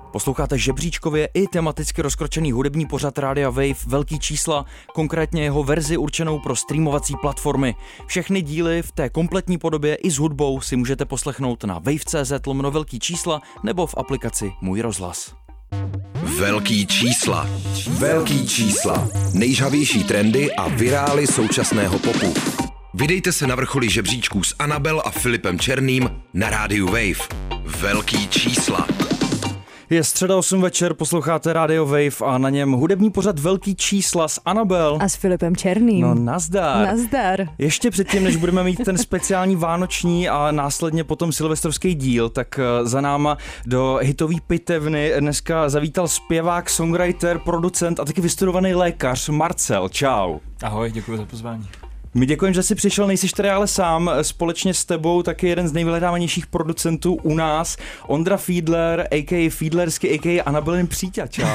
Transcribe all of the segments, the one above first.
Posloucháte žebříčkově i tematicky rozkročený hudební pořad Rádia Wave Velký čísla, konkrétně jeho verzi určenou pro streamovací platformy. Všechny díly v té kompletní podobě i s hudbou si můžete poslechnout na wave.cz/velký čísla nebo v aplikaci Můj rozhlas. Velký čísla. Velký čísla. Nejžhavější trendy a virály současného popu. Vydejte se na vrcholy žebříčků s Anabel a Filipem Černým na rádiu Wave. Velký čísla. Je středa 8 večer, posloucháte Radio Wave a na něm hudební pořad Velký čísla s Anabel. A s Filipem Černým. No nazdar. Nazdar. Ještě předtím, než budeme mít ten speciální vánoční a následně potom silvestrovský díl, tak za náma do hitový pitevny dneska zavítal zpěvák, songwriter, producent a taky vystudovaný lékař Marcel. Čau. Ahoj, děkuji za pozvání. My děkujeme, že jsi přišel, nejsiš tady ale sám, společně s tebou taky jeden z nejvyhledávanějších producentů u nás, Ondra Fiedler, a.k.a. Fiedlersky, a.k.a. Anabelin Příťa, čau.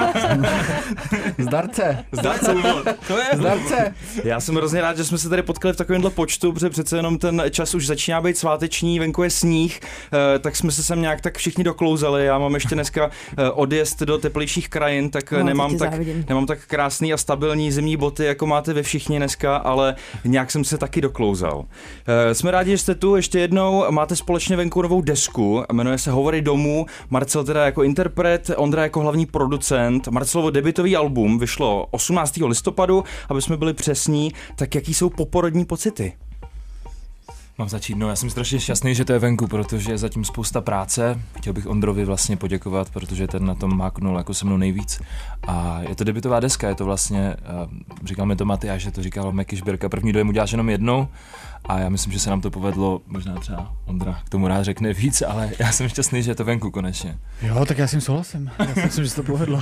Zdarce. Zdarce. Já jsem hrozně rád, že jsme se tady potkali v takovémhle počtu, protože přece jenom ten čas už začíná být sváteční, venku je sníh, tak jsme se sem nějak tak všichni doklouzali. Já mám ještě dneska odjezd do teplejších krajin, tak nemám tak krásný a stabilní zimní boty, jako máte vy všichni dneska, ale nějak jsem se taky doklouzal. Jsme rádi, že jste tu ještě jednou, máte společně venku novou desku, jmenuje se Hovory domů, Marcel teda jako interpret, Ondra jako hlavní producent. Marcelovo debutový album vyšlo 18. listopadu, aby jsme byli přesní, tak jaký jsou poporodní pocity? Mám začít, já jsem strašně šťastný, že to je venku, protože je zatím spousta práce. Chtěl bych Ondrovi vlastně poděkovat, protože ten na tom máknul jako se mnou nejvíc. A je to debutová deska, je to vlastně, říkal mi to Matyáš, že to říkal Meky Šbírka, první dojem uděláš jenom jednou. A já myslím, že se nám to povedlo, možná třeba Ondra k tomu rád řekne víc, ale já jsem šťastný, že je to venku konečně. Jo, tak já s tím souhlasím. Já si myslím, že se to povedlo.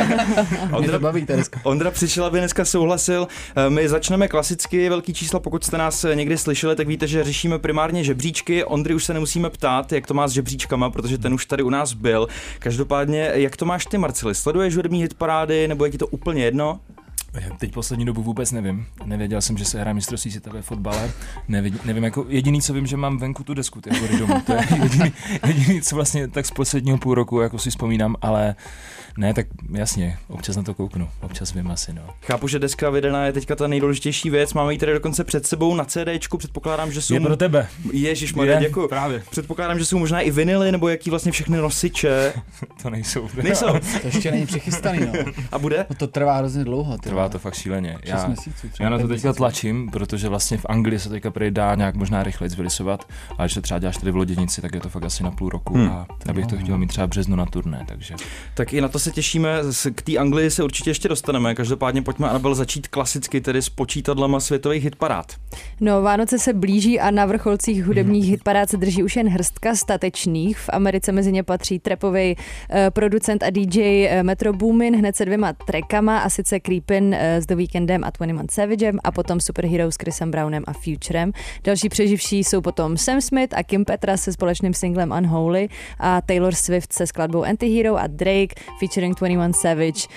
Ondra přišel, aby dneska souhlasil. My začneme klasicky Velký čísla, pokud jste nás někdy slyšeli, tak víte, že řešíme primárně žebříčky. Ondry už se nemusíme ptát, jak to má s žebříčkama, protože ten už tady u nás byl. Každopádně, jak to máš ty, Marceli? Sleduješ hudební hitparády, nebo je ti to úplně jedno? Teď poslední dobu vůbec nevím. Nevěděl jsem, že se hraje mistrovství světa ve fotbale. Nevím, jako jediný, co vím, že mám venku tu desku, ty Hovory domů. To je jediný, co vlastně tak z posledního půl roku jako si vzpomínám, ale ne, tak jasně, občas na to kouknu, občas vím asi, no. Chápu, že deska vydaná je teďka ta nejdůležitější věc, máme ji tady dokonce před sebou na CDčku, předpokládám, že jsou... Je pro tebe. Ježišmarja, děkuji. Právě. Předpokládám, že jsou možná i vinily, nebo jaký vlastně všechny nosiče. To nejsou. To ještě není přichystaný, no. A bude? No to trvá hrozně dlouho. Trvá to fakt šíleně. Já na to teďka tlačím, protože vlastně v Anglii se teďka dá nějak možná rychleji vylisovat, ale když to třeba děláš tady v Loděnici, tak je to fakt asi na půl roku a já bych to chtěl mít třeba březnu na turné, takže. Tak i na to se těšíme, k té Anglii se určitě ještě dostaneme, každopádně pojďme, Anabel, začít klasicky, tedy s počítadlama světových hitparád. No, Vánoce se blíží a na vrcholcích hudebních hitparád se drží už jen hrstka statečných. V Americe mezi ně patří trapový producent a DJ Metro Boomin hned se 2 trackama, a sice Creepin s The Weekndem a 21 Savagem a potom Superhero s Chrisem Brownem a Futurem. Další přeživší jsou potom Sam Smith a Kim Petras se společným singlem Unholy a Taylor Swift se skladbou Antihero a Drake featuring 21 Savage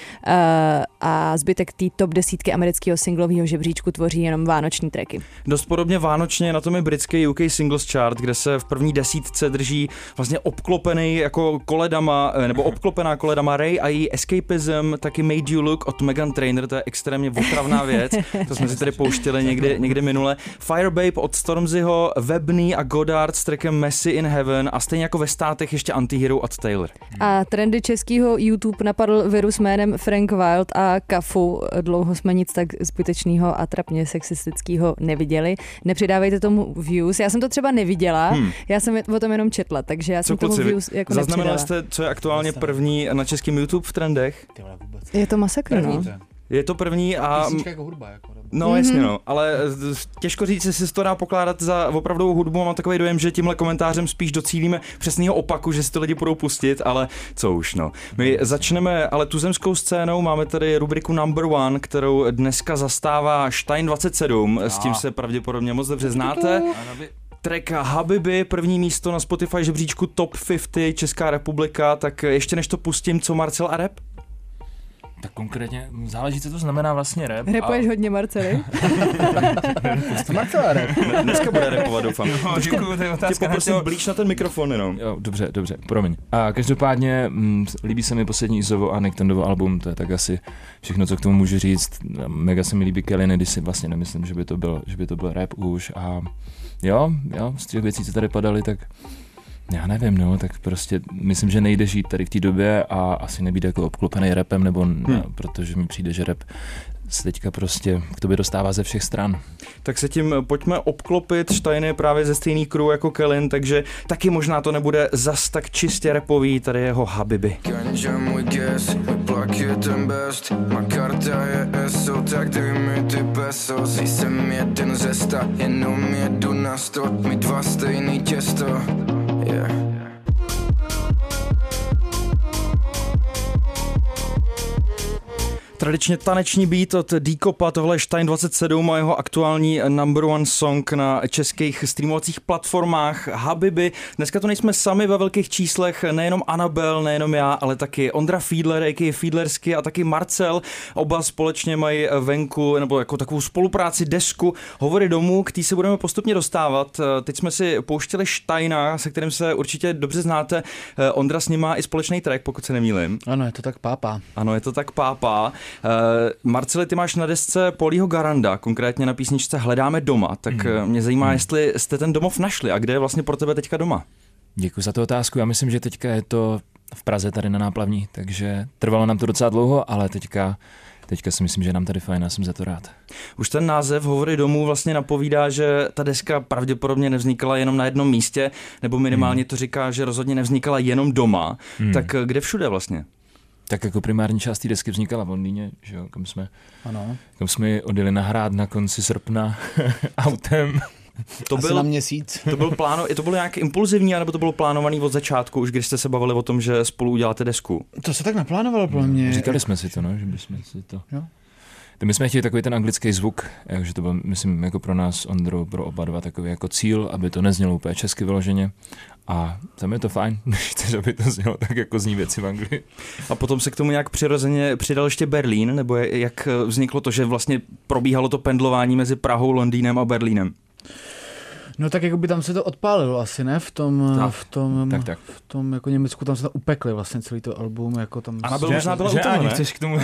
a zbytek té top 10 amerického singlového žebříčku tvoří jenom vánoční tracky. Dost podobně vánočně na tom je britský UK Singles Chart, kde se v první desítce drží vlastně obklopený jako koledama, nebo obklopená koledama Ray a její Escapism, taky Made You Look od Meghan Trainor, to je extrémně otravná věc, to jsme si tady pouštěli někdy minule. Firebabe od Stormzyho, Webney a Goddard s trackem Messy in Heaven a stejně jako ve státech ještě Antihero od Taylor. A trendy českého YouTube napadl virus jménem Frank Wild a Kafu. Dlouho jsme nic tak zbytečného a trapně sexistického neviděli. Nepřidávejte tomu views. Já jsem to třeba neviděla, já jsem o tom jenom četla, takže já jsem tomu views jako nepřidala. Zaznamenali jste, co je aktuálně první na českém YouTube v trendech? Je to masakr, no. Je to první a... Písnička jako hudba, jako. No jasně, no, ale těžko říct, jestli se to dá pokládat za opravdovou hudbu. Mám takový dojem, že tímhle komentářem spíš docílíme přesného opaku, že si to lidi budou pustit, ale co už, no. My začneme ale tuzemskou scénou, máme tady rubriku Number One, kterou dneska zastává Stein 27, s tím se pravděpodobně moc dobře znáte. Track Habibi, první místo na Spotify žebříčku Top 50 Česká republika, tak ještě než to pustím, co Marcel a rap? Tak konkrétně záleží, co to znamená vlastně rap. Rapuješ hodně, Marceli? Marcela rap. Dneska bude rapovat, doufám. No, děkuju, to je otázka. Poprosím blíž na ten mikrofon jenom. Jo, dobře, promiň. A každopádně líbí se mi poslední Izovo a Nektendovo album, to je tak asi všechno, co k tomu můžu říct. Mega se mi líbí Kellyn, když si vlastně nemyslím, že by to byl rap už a jo, z těch věcí, co tady padaly, tak já nevím, no, tak prostě myslím, že nejde žít tady v té době a asi nebýt jako obklopený rapem, nebo ne, protože mi přijde, že rap se teďka prostě k tobě dostává ze všech stran. Tak se tím pojďme obklopit. Stein je právě ze stejný crew jako Kellyn, takže taky možná to nebude zas tak čistě rapový, tady jeho Habibi. Ganja můj gas, můj plak je ten best, má karta je ESO, tak dej mi ty pesos. Jsem jeden ze 100, jenom jedu na 100, my dva stejný těsto, yeah. Tradičně taneční beat od D-Kopa, tohle je Stein 27 a jeho aktuální number one song na českých streamovacích platformách Habibi. Dneska to nejsme sami ve velkých číslech, nejenom Anabel, nejenom já, ale taky Ondra Fiedler, a.k.a. Fiedlersky a taky Marcel. Oba společně mají venku, nebo jako takovou spolupráci desku Hovory domů, k té se budeme postupně dostávat. Teď jsme si pouštěli Steina, se kterým se určitě dobře znáte. Ondra s ním má i společný track, pokud se nemýlim. Ano, je to tak pápa. Ano, je to tak pápa. Marceli, ty máš na desce Paulího Garanda, konkrétně na písničce Hledáme doma, tak mě zajímá, jestli jste ten domov našli a kde je vlastně pro tebe teďka doma? Děkuji za tu otázku, já myslím, že teďka je to v Praze tady na Náplavní, takže trvalo nám to docela dlouho, ale teďka si myslím, že je nám tady fajn, já jsem za to rád. Už ten název Hovory domů vlastně napovídá, že ta deska pravděpodobně nevznikala jenom na jednom místě, nebo minimálně to říká, že rozhodně nevznikala jenom doma. Tak kde všude vlastně? Tak jako primární část té desky vznikala v Londýně, že jo, kam jsme odjeli nahrát na konci srpna autem. To byl na měsíc. To bylo nějak impulzivní, anebo to bylo plánovaný od začátku, už když jste se bavili o tom, že spolu uděláte desku? To se tak naplánovalo pro mě. Říkali jsme si to, no, že bychom si to... Jo. My jsme chtěli takový ten anglický zvuk, že to byl, myslím, jako pro nás, Ondru, pro oba dva takový jako cíl, aby to neznělo úplně česky vyloženě. A tam je to fajn, chceš, aby to znělo tak, jako zní věci v Anglii. A potom se k tomu nějak přirozeně přidal ještě Berlín, nebo jak vzniklo to, že vlastně probíhalo to pendlování mezi Prahou, Londýnem a Berlínem? No tak jako by tam se to odpálilo asi, ne? V tom jako Německu tam se to upekli vlastně celý to album, jako tam... Anabel možná byla u toho, ne? Chceš k tomu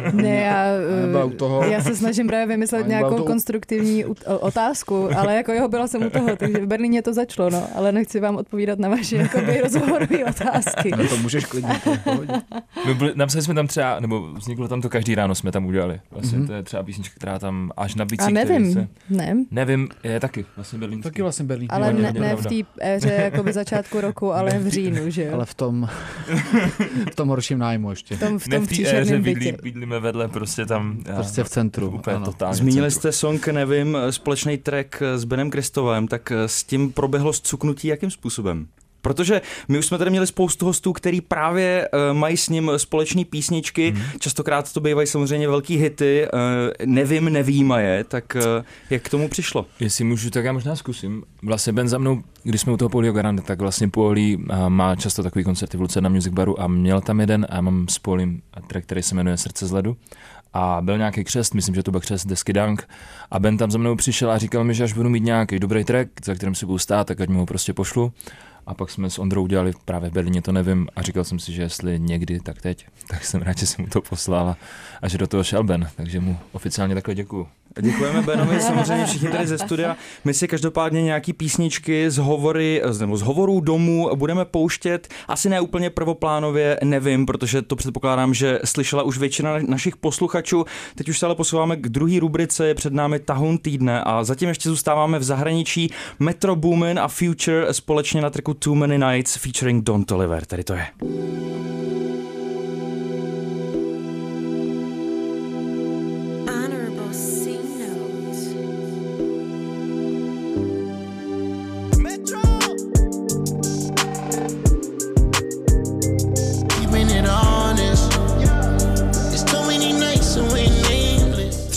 já se snažím právě vymyslet nějakou konstruktivní otázku, ale jako byla jsem u toho, takže v Berlíně to začalo, no, ale nechci vám odpovídat na vaše jakoby rozhovorové otázky. No to můžeš klidně, to napsali jsme tam třeba, nebo vzniklo tam to každý ráno jsme tam udělali. Vlastně to je třeba písnička, která tam až na bicí. A nevím, je taky vlastně berlínský. Taky vlastně Berlín. Ale ne v té éře jakoby začátku roku, ale v říjnu, že jo? Ale v tom horším nájmu ještě. V tom příšerném bytě. Bydlíme vedle, prostě tam. Prostě v centru. Úplně totálně. Zmínili jste song Nevím, společný track s Benem Kristovem, tak s tím proběhlo zcuknutí jakým způsobem? Protože my už jsme tady měli spoustu hostů, který právě mají s ním společné písničky, častokrát to bývají samozřejmě velký hity, nevím a je, tak jak k tomu přišlo? Jestli můžu, tak já možná zkusím. Vlastně Ben za mnou, když jsme u toho Paulího Garanda, tak vlastně Paulí má často takový koncerty v Luce na Music Baru a měl tam jeden a já mám s Paulím track, který se jmenuje Srdce z ledu. A byl nějaký křest, myslím, že to byl křest desky Dunk. A Ben tam za mnou přišel a říkal mi, že až budu mít nějaký dobrý track, za kterým si budu stát, tak ať mu ho prostě pošlu. A pak jsme s Ondrou udělali právě v Berlíně, to nevím, a říkal jsem si, že jestli někdy, tak teď. Tak jsem rád, že jsem mu to poslal a že do toho šel Ben, takže mu oficiálně takhle děkuju. Děkujeme Benovi, samozřejmě všichni tady ze studia. My si každopádně nějaký písničky z hovorů domů budeme pouštět. Asi ne úplně prvoplánově, nevím, protože to předpokládám, že slyšela už většina našich posluchačů. Teď už se ale posouváme k druhé rubrice, je před námi Tahoun týdne a zatím ještě zůstáváme v zahraničí. Metro Boomin a Future společně na tracku Too Many Nights featuring Don Toliver. Tady to je.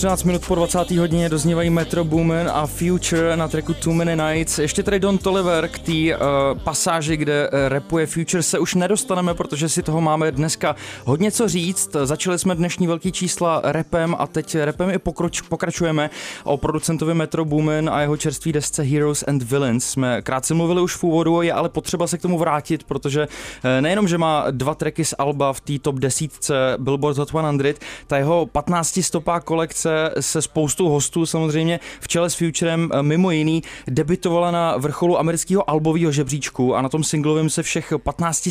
13 minut po 20. hodině doznívají Metro Boomin a Future na tracku Too Many Nights. Ještě tady Don Toliver k té pasáži, kde rapuje Future, se už nedostaneme, protože si toho máme dneska hodně co říct. Začali jsme dnešní velký čísla rapem a teď rapem i pokračujeme. O producentovi Metro Boomin a jeho čerství desce Heroes and Villains jsme krátce mluvili už v úvodu, je ale potřeba se k tomu vrátit, protože nejenom, že má 2 tracky z alba v té top 10 Billboard Hot 100, ta jeho 15-stopá kolekce se spoustou hostů samozřejmě v čele s Futurem mimo jiný debitovala na vrcholu amerického albového žebříčku a na tom singlovém se všech 15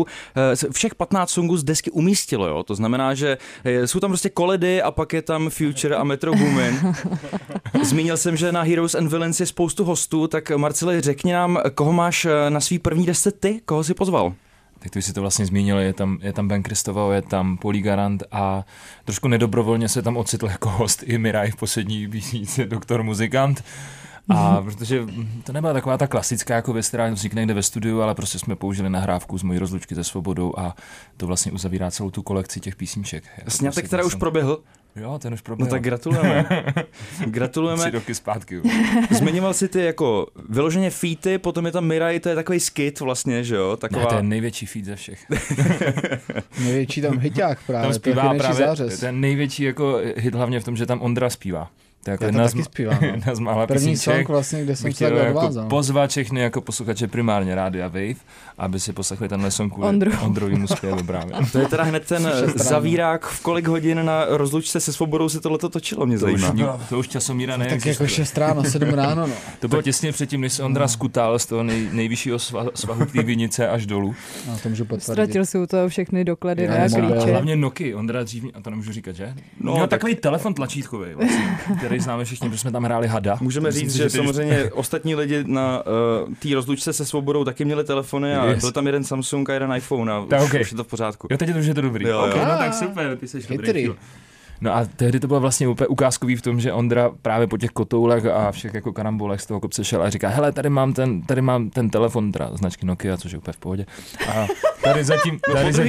songů z desky umístilo, jo? To znamená, že jsou tam prostě koledy a pak je tam Future a Metro Boomin. Zmínil jsem, že na Heroes and Villains je spoustu hostů, tak Marceli, řekni nám, koho máš na svý první desce ty, koho jsi pozval? Tak ty jsi to vlastně zmínil, je tam Ben Kristoval, je tam Paulie Garant a trošku nedobrovolně se tam ocitl jako host i Miraj v poslední písničce Doktor Muzikant. A protože to nebyla taková ta klasická jako věc, která vznikne někde ve studiu, ale prostě jsme použili nahrávku z mojí rozlučky se Svobodou a to vlastně uzavírá celou tu kolekci těch písniček. Sňatek, která už proběhl? Jo, ten už proběhl. No tak gratulujeme. Gratulujeme. 3 roky zpátky. Zmiňoval si ty jako vyloženě featy, potom je tam Miraj, to je takový skit vlastně, že jo? Taková... Ne, to je největší feat ze všech. Největší tam hyťák právě. Tam zpívá právě, ten největší jako hit hlavně v tom, že tam Ondra zpívá. To je jako jedna z mála první písniček. song vlastně, kde jsem se tak odvázal. Jako pozvat všechny jako posluchače primárně Rádia Wave, aby si poslechli tenhle song kvůli Ondrovýmu zpěvu právě. To je teda hned ten zavírák, v kolik hodin na rozlučce se Svobodou se tohleto točilo, mě zajímá. To už Časomíra neexistuje. Tak jako 6 ráno, 7 ráno, no. To bylo těsně předtím, než se Ondra skutal z toho nejvyššího svahu té vinice až dolů. No, to můžu potvrdit. Ztratil si u toho všechny doklady a klíče. Hlavně Nokia, Ondra dřív, a to nemůžu říkat, že? No, měl takový telefon tlačítkový vlastně, který známe všichni, protože jsme tam hráli hada. Můžeme říct, že samozřejmě ostatní lidi na té rozlučce se Svobodou taky měli telefony a byl tam jeden Samsung a jeden iPhone a už je to v pořádku. Jo, teď je to už je to dobrý. Jo. Okay, no tak super, ty jsi dobrý. No a tehdy to bylo vlastně úplně ukázkový v tom, že Ondra právě po těch kotoulech a všech jako karambolech z toho kopce šel a říká, hele, tady mám ten telefon, teda značky Nokia, což je úplně v pohodě. A tady zatím...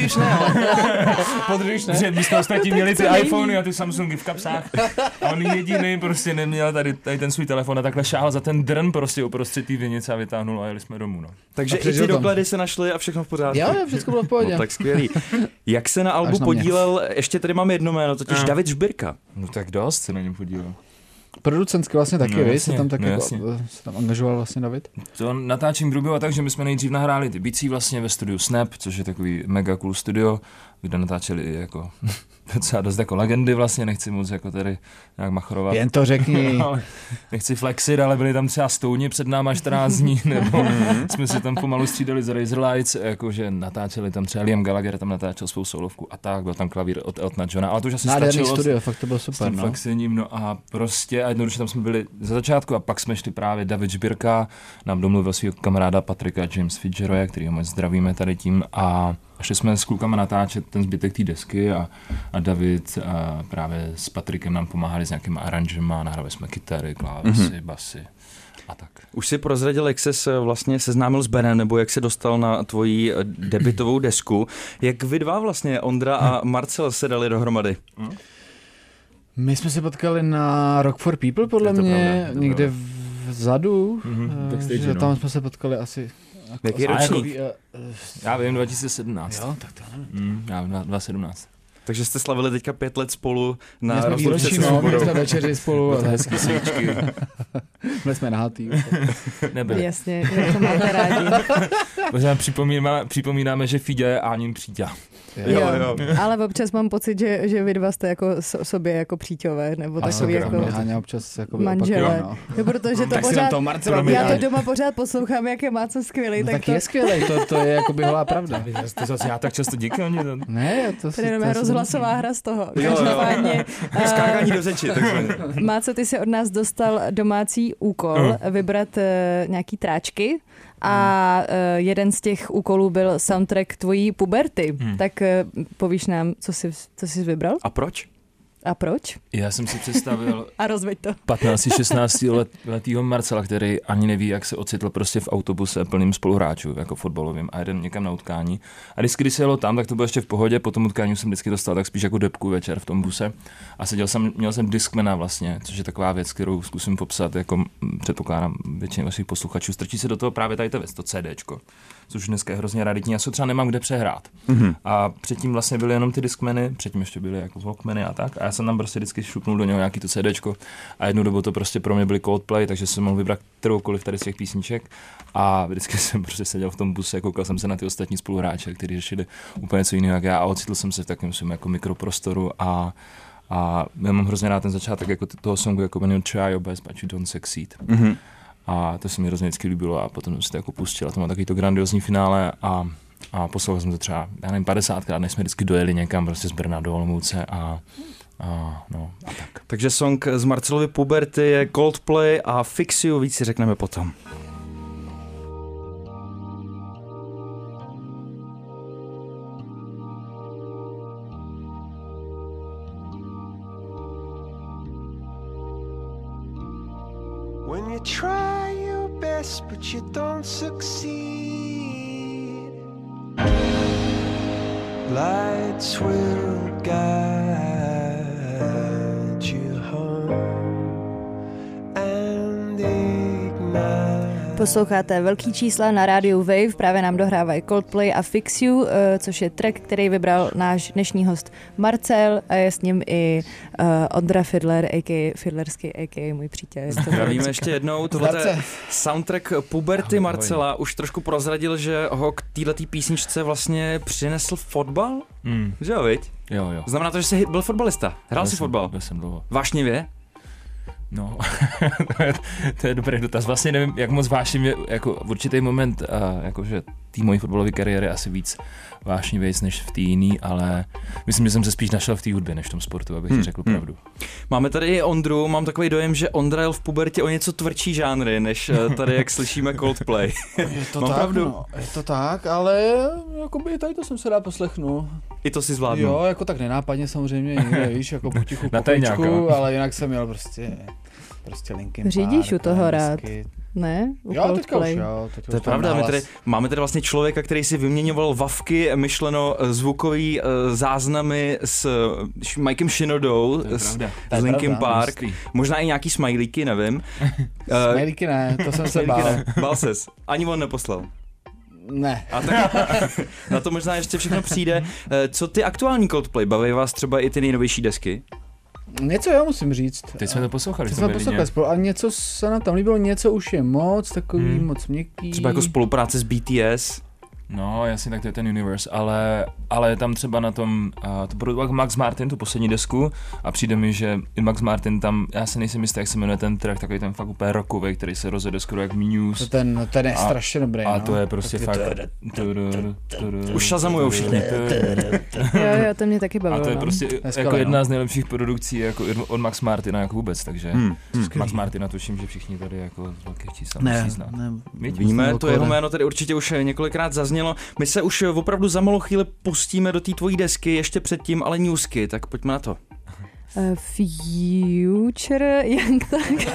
Podržíš, ne? My jsme ostatní měli ty iPhony a ty Samsungy v kapsách a on jediný prostě neměl tady ten svůj telefon a takhle šáhl za ten drn prostě uprostřed té vinice a vytáhnul a jeli jsme domů, no. Takže i ty doklady se našly a všechno v pořádku. Jo, všechno bylo v pohodě. No, tak skvělý. Jak se na albu podílel, ještě tady mám jedno jméno, totiž David Žbirka. No tak dost se na něm podíval. Producentsky vlastně taky, no, víš, se tam tak jako, se tam angažoval vlastně David. To natáčení bylo tak, že my jsme nejdřív nahráli ty bicí vlastně ve studiu Snap, což je takový mega cool studio, kde natáčeli jako docela dost jako legendy vlastně, nechci moc jako tady nějak machrovat. Jen to řekni. No, nechci flexit, ale byli tam třeba Stouni před náma 14 dní, nebo jsme si tam pomalu střídali z Razorlights, jakože natáčeli tam třeba Liam Gallagher, tam natáčel svou solovku a tak, byl tam klavír od Eltona Johna, ale to už asi stačilo. Studio, fakt to bylo super, no. Flexením, no a prostě a jednoduše tam jsme byli za začátku a pak jsme šli právě David Žbirka, nám domluvil svého kamaráda Patrika James Fitzgeralda, kterýho moc zdravíme tady tím a šli jsme s klukama natáčet ten zbytek té desky a David a právě s Patrikem nám pomáhali s nějakými aranžema, nahrávali jsme kytary, klávesy, basy a tak. Už si prozradil, jak ses vlastně seznámil s Benem, nebo jak se dostal na tvoji debutovou desku. Jak vy dva vlastně, Ondra a Marcel, se dali dohromady? My jsme se potkali na Rock for People, podle mě, někde vzadu, že tam jsme se potkali asi... Jaký ročník? Já vím, 2017. Jo, tak to nevím. Já 2017. Takže jste slavili teďka 5 let spolu na rozlučce se Svobodou. Měli jsme večeři spolu. To hezký svíčky. Byli jsme nahatý. Nebyli. Jasně, jak to máte rádi. Možná připomínáme, že Fidě je Áním přítě. Jo. Ale občas mám pocit, že vy dva jste jako sobě jako příťové, nebo takový jako občas jako manželé. No. Jo, protože to pořád, já to doma pořád poslouchám, jak je Máco skvělý. No, tak je skvělý, to je jako by holá pravda. To zase já tak často díky. Ne, to si... To je rozhlasová hra z toho. Každopádně. Skákání do řeči. Máco, ty si od nás dostal domácí úkol vybrat nějaký tráčky. A jeden z těch úkolů byl soundtrack tvojí puberty. Tak povíš nám, co jsi vybral? A proč? A proč? Já jsem si představil a rozveď to. 15-16 letýho Marcela, který ani neví, jak se ocitl prostě v autobuse plným spoluhráčů, jako fotbalovým, a jeden někam na utkání. A když se jelo tam, tak to bylo ještě v pohodě, po tom utkání jsem vždycky dostal tak spíš jako depku večer v tom buse. A měl jsem Discmana vlastně, což je taková věc, kterou zkusím popsat, jako předpokládám většině vašich posluchačů. Strčí se do toho právě tady ta věc, to CDčko, což dneska je hrozně raritní, já se třeba nemám kde přehrát. Mm-hmm. A předtím vlastně byly jenom ty Discmany, předtím ještě byly jako Walkmany a tak. A já jsem tam prostě vždycky šupnul do něho nějaký to CDčko a jednu dobu to prostě pro mě byly Coldplay, takže jsem mohl vybrat kteroukoliv tady z těch písniček a vždycky jsem prostě seděl v tom buse, koukal jsem se na ty ostatní spoluhráče, kteří řešili úplně něco jiného jak já a ocitl jsem se v takovém svém jako mikroprostoru a já mám hrozně rád ten začátek jako toho songu jako When you try your best but you don't succeed. Mm-hmm. A to se mi hrozně vždycky líbilo a potom jsem si to jako pustil a to má takový to grandiozní finále a poslouchal jsem to třeba, já nevím, 50krát, než jsme vždycky dojeli někam prostě z Brna do Olomouce a tak. Takže song z Marcelovy puberty je Coldplay a Fix You, víc si řekneme potom. When you try your best but you don't succeed, lights will guide you home and ignite. Posloucháte velký čísla na rádiu Wave, právě nám dohrávají Coldplay a Fix You, což je track, který vybral náš dnešní host Marcel a je s ním i Ondra Fiedler, a.k.a. Fiedlersky, a.k.a. můj přítel. Zdravíme ještě jednou, tohle je soundtrack puberty Marcela, už trošku prozradil, že ho k této písničce vlastně přinesl fotbal? Že jo, viď? Jo. Znamená to, že jsi byl fotbalista, hrál jsi fotbal? Byl jsem dlouho. Vášnivě? No, to je dobrý dotaz. Vlastně nevím, jak moc vášnivě, jako v určitý moment, jakože té mojí fotbalové kariéry asi víc vášnivějc než v té jiný, ale myslím, že jsem se spíš našel v té hudbě než v tom sportu, abych ti řekl pravdu. Máme tady i Ondru, mám takový dojem, že Ondra jel v pubertě o něco tvrdší žánry, než tady, jak slyšíme Coldplay. Je to tak, pravdu? No, je to tak, ale jakoby tady to jsem se rád poslechnul. I to si zvládnu. Jo, jako tak nenápadně samozřejmě, někde, víš, jako potichu, pokočku, ale jinak jsem měl prostě Linkin Park. Řídíš u toho rád. Ne? Jo, teďka už jo. To je pravda, máme tady vlastně člověka, který si vyměňoval vavky, myšleno zvukový záznamy s Mikem Shinodou z Linkin Park. Možná i nějaký smajlíky, nevím. Smajlíky ne, to jsem se bál. Bál ses, ani on neposlal. Ne. A tak, na to možná ještě všechno přijde. Co ty aktuální Coldplay? Baví vás třeba i ty nejnovější desky? Něco já musím říct. Teď jsme to poslouchali. Teď jsme poslouchali spolu, a něco se nám tam líbilo, něco už je moc takový, moc měkký. Třeba jako spolupráce s BTS. No, jasně, tak to je ten Universe, ale tam třeba na tom, to produkoval Max Martin, tu poslední desku, a přijde mi, že i Max Martin tam, já se nejsem jistý, jak se jmenuje ten track, takový ten fakt úplně rockový, který se rozjede skoro jak Muse. Ten je strašně dobrý. A to je prostě fakt... Už šazamujou všichni. Jo, to mě taky bavilo. A to je prostě jako jedna z nejlepších produkcí jako od Max Martina jako vůbec, takže Max Martina tuším, že všichni tady jako z velkých čísel musí znát. Víme, to jeho jméno tady určitě už několikrát zaznělo. My se už opravdu za malou chvíli pustíme do té tvojí desky, ještě předtím ale newsky, tak pojďme na to. Future Young Thug.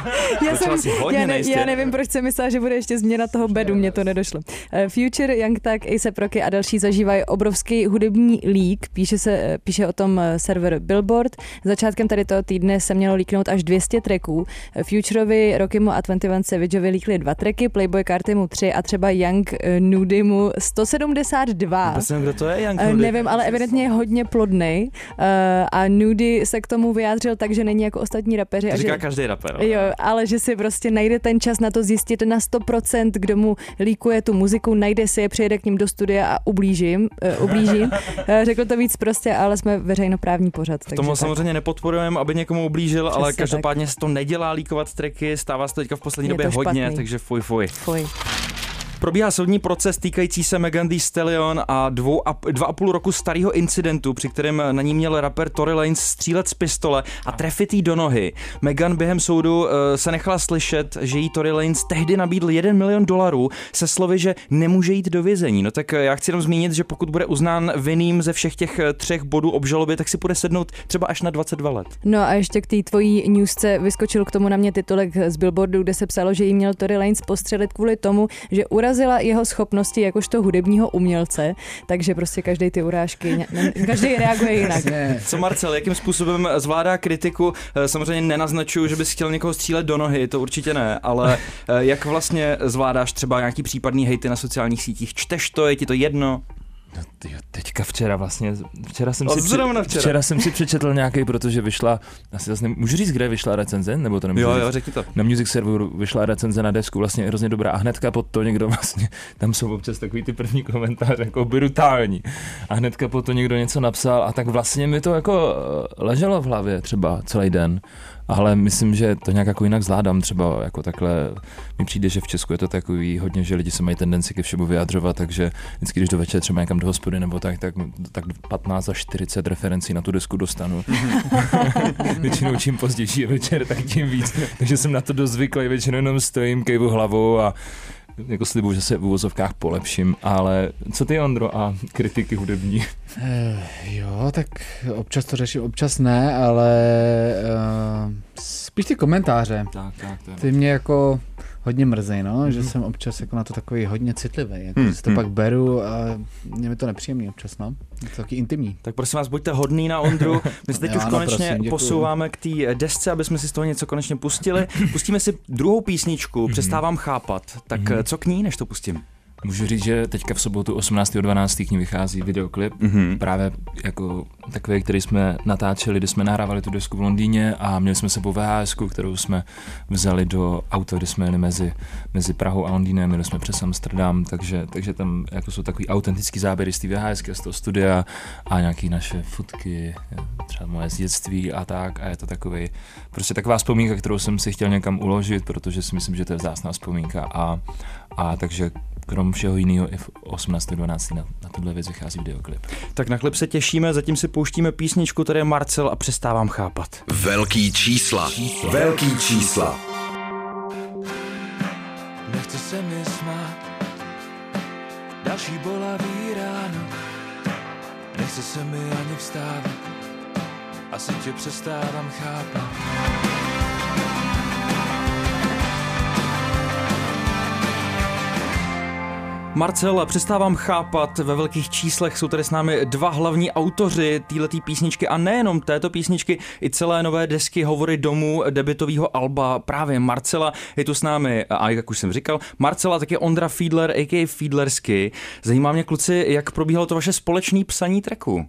Já nevím, proč jsem myslela, že bude ještě změna toho bedu, mně to nedošlo. Future Young Thug, A$AP Rocky a další zažívají obrovský hudební leak, píše o tom server Billboard. Začátkem tady toho týdne se mělo líknout až 200 tracků. Futureovi, Rockymu a 21 Savageovi líkli 2 tracky, Playboy Cartimu 3 a třeba Young Nudymu 172. Vůbec nevím, kdo to je Young Nudy. Nevím, ale evidentně je hodně plodnej a Nudy se k tomu vyjádřil tak, že není jako ostatní rapeři. To říká každý rapper. Jo, ale že si prostě najde ten čas na to zjistit na 100%, kdo mu líkuje tu muziku, najde si je, přijede k ním do studia a ublíží. Řekl to víc prostě, ale jsme veřejnoprávní pořad. K tomu samozřejmě nepodporujeme, aby někomu ublížil, ale každopádně se to nedělá líkovat tracky, stává se to teďka v poslední době hodně, takže fuj. Probíhá soudní proces týkající se Megan Thee Stallion a 2,5 roku starého incidentu, při kterém na ní měl rapper Tory Lanez střílet z pistole a trefit jí do nohy. Megan během soudu se nechala slyšet, že jí Tory Lanez tehdy nabídl $1 milion se slovy, že nemůže jít do vězení. No tak já chci jenom zmínit, že pokud bude uznán vinným ze všech těch 3 bodů obžaloby, tak si bude sednout třeba až na 22 let. No a ještě k té tvojí newsce vyskočil k tomu na mě titulek z Billboardu, kde se psalo, že jí měl Tory Lanez postřelit kvůli tomu, že urazila jeho schopnosti jakožto hudebního umělce, takže prostě každý ty urážky, každý reaguje jinak. Co Marcel, jakým způsobem zvládá kritiku? Samozřejmě nenaznačuju, že bys chtěl někoho střílet do nohy, to určitě ne, ale jak vlastně zvládáš třeba nějaký případný hejty na sociálních sítích? Čteš to, je ti to jedno? No tyjo, teďka včera jsem si přečetl nějaký, protože vyšla, asi zase můžu říct, kde vyšla recenze, nebo to nemůžu Jo, řekni to. Na Music Serveru vyšla recenze na desku, vlastně hrozně dobrá a hnedka pod to někdo vlastně, tam jsou občas takový ty první komentáře, jako brutální a hnedka pod to někdo něco napsal a tak vlastně mi to jako leželo v hlavě třeba celý den. Ale myslím, že to nějak jako jinak zvládám, třeba jako takhle mi přijde, že v Česku je to takový hodně, že lidi se mají tendenci ke všemu vyjadřovat, takže vždycky, když do večer třeba někam do hospody nebo tak 15 až 40 referencí na tu desku dostanu. Většinou čím pozdější je večer, tak tím víc, takže jsem na to dost zvyklý, většinou jenom stojím, kejvu hlavou a jako slibuju, že se v uvozovkách polepším, ale co ty, Ondro, a kritiky hudební? Jo, tak občas to řeším, občas ne, ale spíš ty komentáře. Tak. Ty mě jako hodně mrzej, no, že jsem občas jako na to takový hodně citlivý, jako si to pak beru a mě mi to nepříjemný občas, no. Je to taky intimní. Tak prosím vás, buďte hodný na Ondru. My se teď už konečně posouváme k té desce, aby jsme si z toho něco konečně pustili. Pustíme si druhou písničku, Přestávám chápat. Tak co k ní, než to pustím? Můžu říct, že teďka v sobotu 18.12. k ní vychází videoklip, právě jako takový, který jsme natáčeli, kdy jsme nahrávali tu desku v Londýně a měli jsme sebou VHS, kterou jsme vzali do auta, kdy jsme jeli mezi Prahou a Londýnem, měli jsme přes Amsterdam, takže tam jako jsou takový autentický záběry z té VHS, z toho studia a nějaký naše fotky, třeba moje z dětství a tak, a je to takový, prostě taková vzpomínka, kterou jsem si chtěl někam uložit, protože si myslím, že to je vzácná vzpomínka a takže krom všeho jiného i v 18.12. na tuhle věc vychází videoklip. Tak na klip se těšíme, zatím si pouštíme písničku, tady je Marcel a Přestávám chápat. Velký čísla. Velký čísla. Nechce se mi smát, další bolavý ráno. Nechce se mi ani vstávat, asi tě přestávám chápat. Marcel a Přestávám chápat, ve velkých číslech jsou tady s námi 2 hlavní autoři téhletý písničky a nejenom této písničky, i celé nové desky Hovory domů, debutového alba právě Marcela. Je tu s námi, a jak už jsem říkal, Marcela, taky Ondra Fiedler, a.k.a. Fiedlersky. Zajímá mě, kluci, jak probíhalo to vaše společné psaní tracku?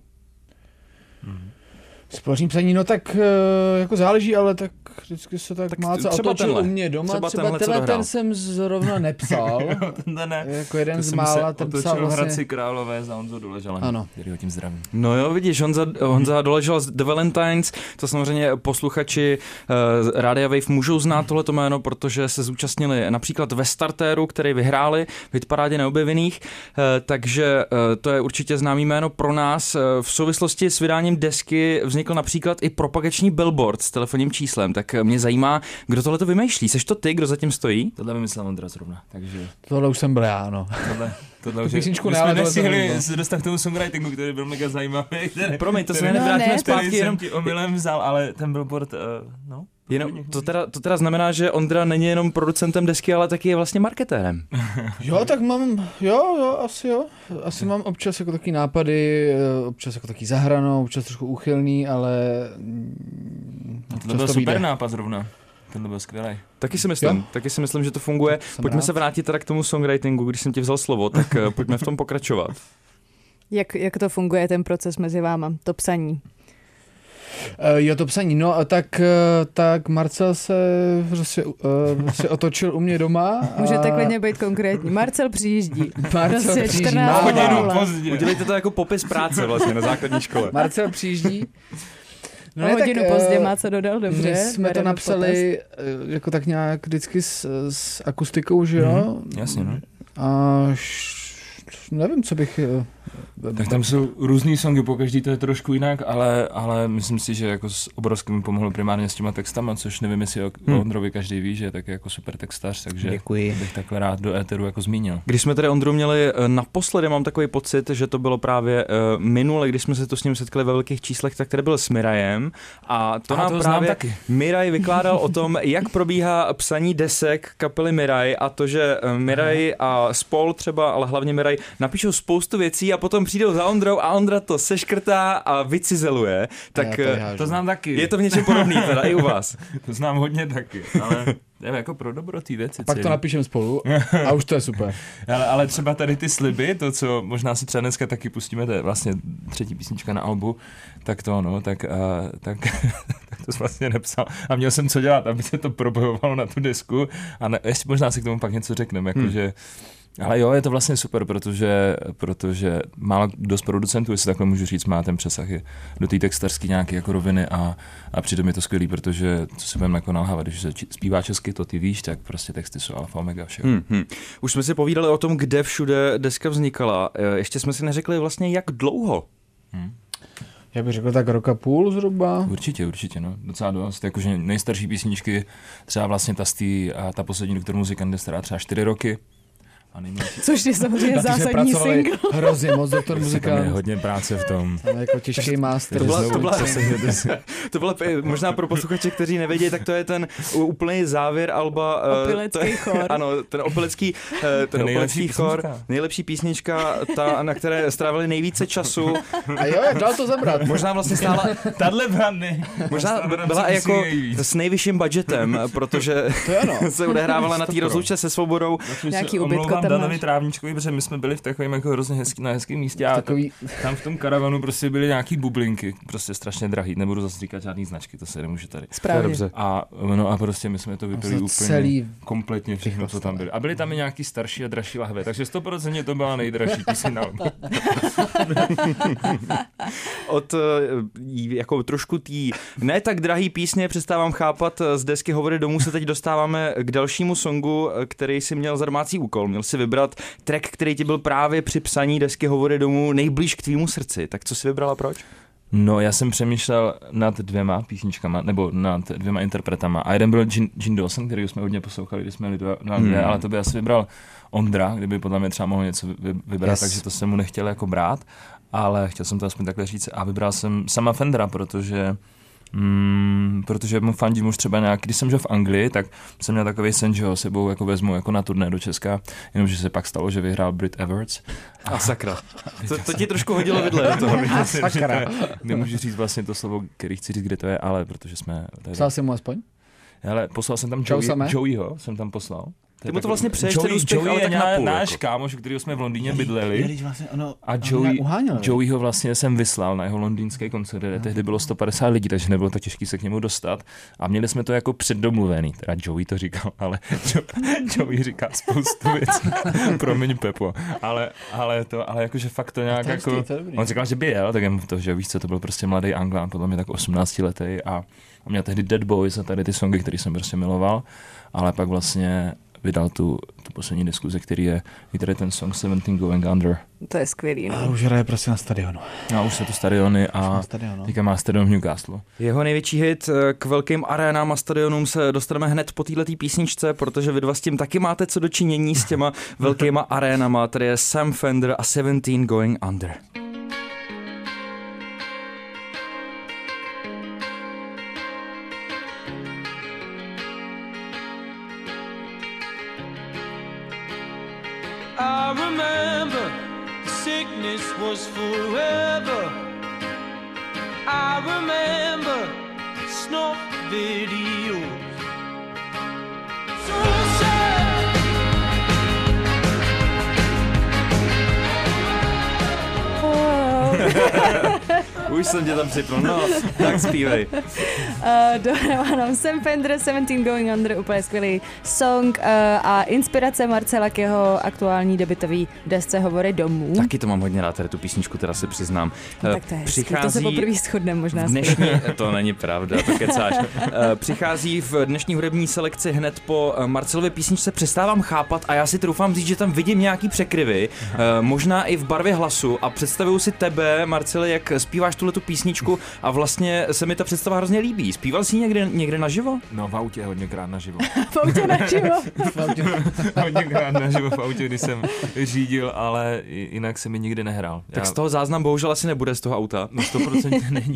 Společný psaní, no tak jako záleží, ale tak vždycky se tak má co otočil u mě doma. Třeba ten jsem zrovna nepsal. ne. Jako jeden z mála, ten psal vlastně. Hradci Králové za Honzou Doležalem. Ano. Který ho tím zdravím. No jo, vidíš, Honza Doležal z The Valentines, to samozřejmě posluchači Rádia Wave můžou znát tohleto jméno, protože se zúčastnili například ve Startéru, který vyhráli v hitparádě neobjevených, takže to je určitě známý jméno pro nás. V souvislosti s vydáním desky vznikl například i propagační billboard s telefonním číslem, tak mě zajímá, kdo tohleto vymýšlí. Seš to ty, kdo zatím stojí? Tohle vymyslel Ondra zrovna, takže... Tohle už jsem byl já, no. Tohle už písničku jsme nestihli se dostat k tomu songwritingu, který byl mega zajímavý. Promiň, to se nevrátíme zpátky, jenom ti omylem vzal, ale ten billboard, to teda znamená, že Ondra není jenom producentem desky, ale taky je vlastně marketérem. Jo, tak mám, asi mám občas jako taky nápady, občas jako taky zahranou, občas trošku úchylný, ale... To byl super nápad zrovna. Ten byl skvělý. Taky si myslím, že to funguje. Pojďme se vrátit teda k tomu songwritingu, když jsem ti vzal slovo, tak pojďme v tom pokračovat. Jak to funguje, ten proces mezi váma, to psaní? Jo, to psaní, no tak Marcel se otočil u mě doma. Můžete klidně být konkrétní. Marcel přijíždí. Marcel přijíždí. Udělejte to jako popis práce vlastně na základní škole. Marcel přijíždí. No hodinu pozdě má co dodal, dobře. My jsme to napsali jako tak nějak vždycky s akustikou, že jo? Jasně, no. Nevím, co bych... Tak tam jsou různý songy, po každý to je trošku jinak, ale myslím si, že jako s obrovským pomohlo primárně s těma textama, což nevím, jestli o Ondrovi každý ví, že je taky jako super textař, takže děkuji. Bych takhle rád do éteru jako zmínil. Když jsme tady Ondru měli naposledy, mám takový pocit, že to bylo právě minule, když jsme se to s ním setkali ve velkých číslech, tak tady byl s Mirajem a to nám právě Miraj vykládal o tom, jak probíhá psaní desek kapely Miraj a to, že Miraj a spol třeba, ale hlavně Miraj napíšou spoustu věcí a potom přijdou za Ondrou a Ondra to seškrtá a vycizeluje, tak to znám taky. Je to v něčem podobný teda i u vás. To znám hodně taky, ale jako pro dobro té věci. Pak to napíšeme spolu a už to je super. ale třeba tady ty sliby, to, co možná si třeba dneska taky pustíme, to je vlastně 3. písnička na albu, tak to tak to jsi vlastně nepsal. A měl jsem co dělat, aby se to propojovalo na tu desku a ještě možná si k tomu pak něco řekneme, jakože ale jo, je to vlastně super, protože málo dost producentů, jestli takhle můžu říct, má ten přesah do té textařské nějaké jako roviny a přitom je to skvělý, protože co si budeme jako nalhávat, když se zpívá česky, to ty víš, tak prostě texty jsou alfa omega všeho. Už jsme si povídali o tom, kde všude deska vznikala. Ještě jsme si neřekli vlastně, jak dlouho. Já bych řekl tak rok a půl zhruba. Určitě, no. Docela dost. Jakože nejstarší písničky, třeba vlastně ta poslední Doktor Muzikant, je stará třeba 4 roky. Což je samozřejmě zásadní single. Hrozně moc Doktor Muzikant. Je hodně práce v tom. Tam jako těžký master. To bylo možná pro posluchače, kteří nevědí, tak to je ten úplný závěr alba. Opilecký chor. Ano, ten opilecký chor. Nejlepší písnička, ta, na které strávili nejvíce času. A jo, jak dal to zabrat? Možná vlastně stála... Tadle brandy. Možná byla jako s nejvyšším budgetem, protože se odehrávala na té rozlučce se Svobodou. Nějaký ubytko. Danovi Trávničkovi, protože my jsme byli v takovém jako hrozně hezkém místě a tam v tom karavanu prostě byly nějaký bublinky, prostě strašně drahý, nebudu zase říkat žádný značky, to se nemůže tady. Správně. A prostě my jsme to vypili úplně kompletně všechno, co tam byly. A byly tam i nějaký starší a dražší lahve, takže 100% to byla nejdražší píseň na albu. Od jako trošku tý ne tak drahý písně přestávám chápat z desky Hovory domů se teď dostáváme k dalšímu songu, který si měl za domácí úkol. Měl si vybrat track, který ti byl právě při psaní desky Hovory domů nejblíž k tvýmu srdci. Tak co jsi vybrala, proč? No, já jsem přemýšlel nad 2 písničkama, nebo nad 2 interpretama. A jeden byl Gene Dawson, který jsme hodně poslouchali, když jsme měli 2, ale to by asi vybral Ondra, kdyby podle mě třeba mohl něco vybrat, takže to jsem mu nechtěl jako brát, ale chtěl jsem to aspoň takhle říct. A vybral jsem sama Fendera, protože mu fandím už třeba nějak, když jsem žil v Anglii, tak jsem měl takový sen, že ho sebou jako vezmu jako na turné do Česka, jenomže se pak stalo, že vyhrál Brit Awards. A sakra. To ti trošku hodilo vidle do toho. A sakra. Nemůžu říct vlastně to slovo, který chci říct, kde to je, ale protože jsme... Psal jsi mu aspoň? Hele, poslal jsem tam Joeyho, jsem tam poslal. Ty mu to vlastně přeješ ten úspěch, ale tak napůl. Náš kámoš, kterýho jsme v Londýně bydleli. Vlastně a Joeyho vlastně jsem vyslal na jeho londýnský koncert, kde tehdy bylo 150 lidí, takže nebylo tak těžké se k němu dostat. A měli jsme to jako předdomluvený. Teda Joey to říkal, ale Joey říká spoustu věcí. Promiň, Pepo. Ale jakože fakt to nějak jako... On říkal, že by jel, tak jen to, že víš co, to byl prostě mladý Anglán, podle mě tak 18 letý a měl tehdy Dead Boys a tady ty songy, které jsem prostě miloval, ale pak vlastně vydal tu poslední disku, ze který je ten song 17 Going Under. To je skvělý. No. A už hraje prostě na stadionu. A už jsou to stadiony a teďka má stadion v Newcastle. Jeho největší hit k velkým arénám a stadionům se dostaneme hned po této písničce, protože vy dva s tím taky máte co dočinění s těma velkýma arénama, tady je Sam Fender a 17 Going Under. I remember the sickness was forever. I remember snuff videos. So sad. Už jsem tě tam připnul, no, tak zpívej. Dohrává nám Sam Fender, 17 Going Under, úplně skvělý song a inspirace Marcela k jeho aktuální debutový desce Hovory domů. Taky to mám hodně rád, tady tu písničku, teda se přiznám. Tak to je hezký, to se poprvé shodneme možná. To není pravda, to kecáš. Přichází v dnešní hudební selekci hned po Marcelově písničce Přestávám chápat a já si troufám říct, že tam vidím nějaký překryvy, možná i v barvě hlasu a představuju si tebe, Marcele, jak zpíváš tuhletu písničku a vlastně se mi ta představa hrozně líbí. Zpíval jsi někde naživo? No v autě hodněkrát naživo. V autě naživo? Hodněkrát naživo v autě, když jsem řídil, ale jinak se mi nikdy nehrál. Tak z toho záznam bohužel asi nebude z toho auta. No 100% není.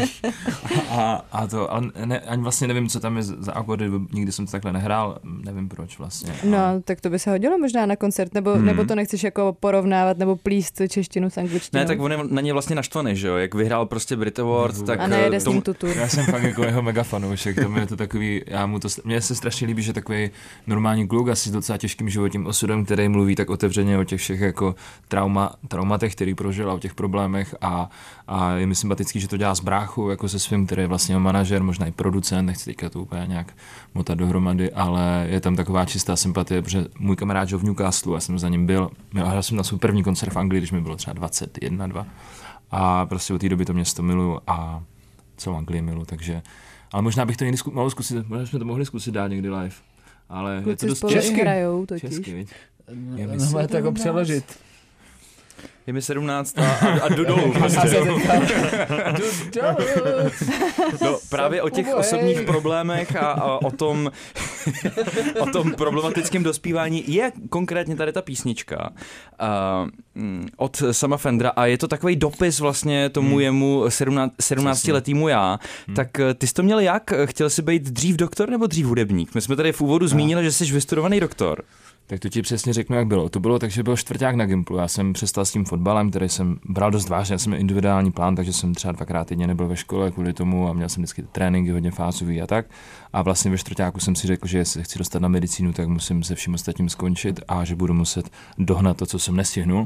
Ani vlastně nevím, co tam je za akordy, nikdy jsem to takhle nehrál, nevím proč vlastně. No, tak to by se hodilo možná na koncert, nebo to nechceš jako porovnávat, nebo plíst češtinu s angličtinou? Ne, tak on je na ně vlastně naštvaný, že jo, jak vyhrál prostě Brit Award, tak... A nejede s ním tu tour. Já jsem fakt jako jeho mega fanoušek, to je to takový, mně se strašně líbí, že takový normální kluk asi s docela těžkým životním osudem, který mluví tak otevřeně o těch všech jako traumatech, který prožil a o těch problémech a je mi sympatický, že to dělá s bráchou, jako se svým, který je vlastně manažer, možná i producent, nechci teďka to úplně nějak motat dohromady, ale je tam taková čistá sympatie, protože můj kamarád žil v Newcastlu, já jsem za ním byl, hrál jsem na svůj první koncert v Anglii, když mi bylo třeba 21, 2 a prostě od té doby to město miluju a celou Anglii miluju, takže, ale možná bych to někdy mohl zkusit, možná jsme to mohli zkusit dát někdy live, ale kluci je to dost česky hrajou totiž. Česky, No, to jako přeložit. Je mi 17 a jdu dolů. No, právě o těch osobních problémech a o tom problematickém dospívání je konkrétně tady ta písnička od Sama Fendera a je to takový dopis vlastně tomu jemu 17letýmu já. Tak ty jsi to měl jak? Chtěl jsi být dřív doktor nebo dřív hudebník? My jsme tady v úvodu zmínili, že jsi vystudovaný doktor. Tak to ti přesně řeknu, jak bylo. To bylo tak, že byl čtvrťák na Gimplu. Já jsem přestal s tím fotbalem, který jsem bral dost vážně. Já jsem měl individuální plán, takže jsem třeba 2krát týdně nebyl ve škole kvůli tomu a měl jsem vždycky tréninky hodně fázový a tak. A vlastně ve čtvrťáku jsem si řekl, že jestli chci dostat na medicínu, tak musím se vším ostatním skončit a že budu muset dohnat to, co jsem nestihnul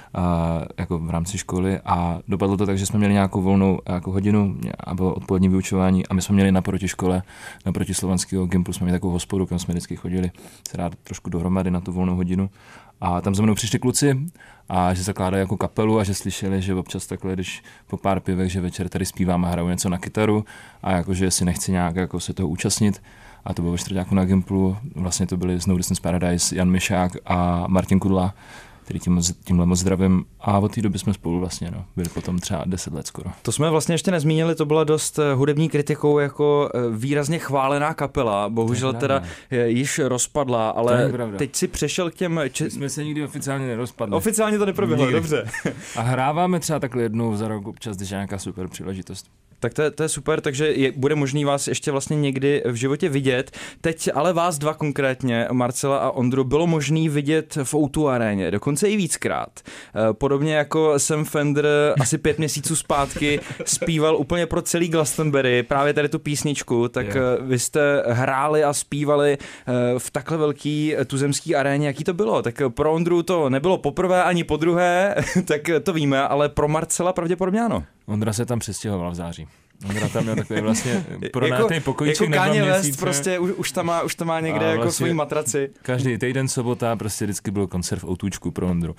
jako v rámci školy a dopadlo to tak, že jsme měli nějakou volnou jako hodinu a bylo odpolední vyučování a my jsme měli naproti škole, naproti slovanského Gimplu jsme měli takovou hospodu, kam jsme vždycky chodili se rád trošku dohromady na tu volnou hodinu a tam za mnou přišli kluci a že zakládají jako kapelu a že slyšeli, že občas takhle, když po pár pivech, že večer tady zpívám a hraju něco na kytaru a jakože si nechci nějak jako se toho účastnit. A to bylo ve čtvrťáku na Gimplu, vlastně to byli z No Distance Paradise, Jan Mišák a Martin Kudla, který tímhle moc zdravím a od té doby jsme spolu vlastně byli potom třeba 10 let skoro. To jsme vlastně ještě nezmínili, to byla dost hudební kritikou jako výrazně chválená kapela, bohužel teda již rozpadla, ale teď si přešel k těm... Jsme se nikdy oficiálně nerozpadli. Oficiálně to neproběhlo, dobře. A hráváme třeba takhle jednou za rok občas, když je nějaká super příležitost. Tak to je super, takže bude možný vás ještě vlastně někdy v životě vidět. Teď ale vás dva konkrétně, Marcela a Ondru, bylo možný vidět v O2 aréně, dokonce i víckrát. Podobně jako Sam Fender asi 5 měsíců zpátky zpíval úplně pro celý Glastonbury právě tady tu písničku, tak vy jste hráli a zpívali v takhle velký tuzemský aréně, jaký to bylo? Tak pro Ondru to nebylo poprvé ani podruhé, tak to víme, ale pro Marcela pravděpodobně ano. Ondra se tam přestěhoval v září. Ondra tam měl takový vlastně pronátej pokojíček jako na 2 West měsíce. Prostě už tam má někde jako vlastně svoji matraci. Každý týden sobota prostě vždycky byl koncert v Outůčku pro Ondru.